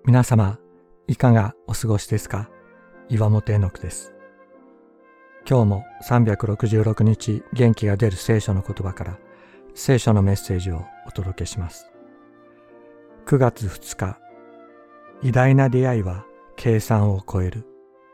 皆様、いかがお過ごしですか？岩本絵の句です。今日も366日元気が出る聖書の言葉から聖書のメッセージをお届けします。9月2日、偉大な出会いは計算を超える。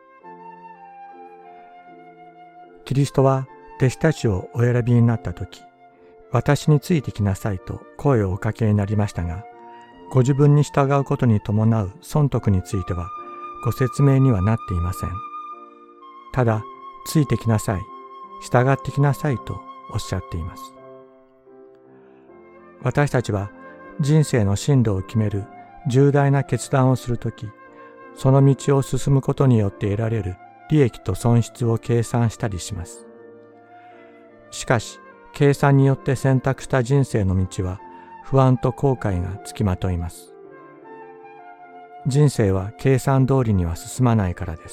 キリストは弟子たちをお選びになったとき、私についてきなさいと声をおかけになりましたが、ご自分に従うことに伴う損得についてはご説明にはなっていません。ただ、ついてきなさい、従ってきなさいとおっしゃっています。私たちは人生の進路を決める重大な決断をするとき、その道を進むことによって得られる利益と損失を計算したりします。しかし、計算によって選択した人生の道は不安と後悔がつきまといます。人生は計算通りには進まないからです。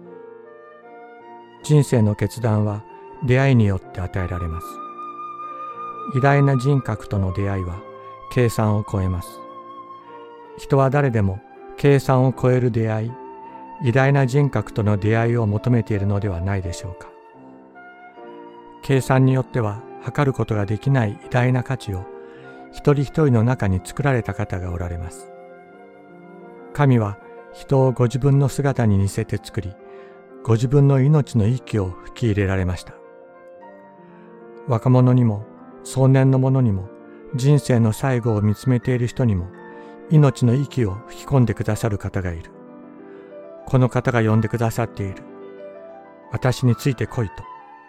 人生の決断は出会いによって与えられます。偉大な人格との出会いは計算を超えます。人は誰でも計算を超える出会い、偉大な人格との出会いを求めているのではないでしょうか。計算によっては測ることができない偉大な価値を一人一人の中に作られた方がおられます。神は人をご自分の姿に似せて作り、ご自分の命の息を吹き入れられました。若者にも壮年の者にも人生の最後を見つめている人にも命の息を吹き込んでくださる方がいる。この方が呼んでくださっている。私について来いと。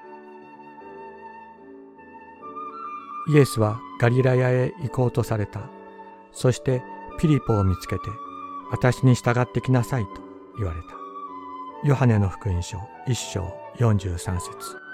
イエスはガリラヤへ行こうとされた。そしてピリポを見つけて、私に従ってきなさいと言われた。ヨハネの福音書1章43節。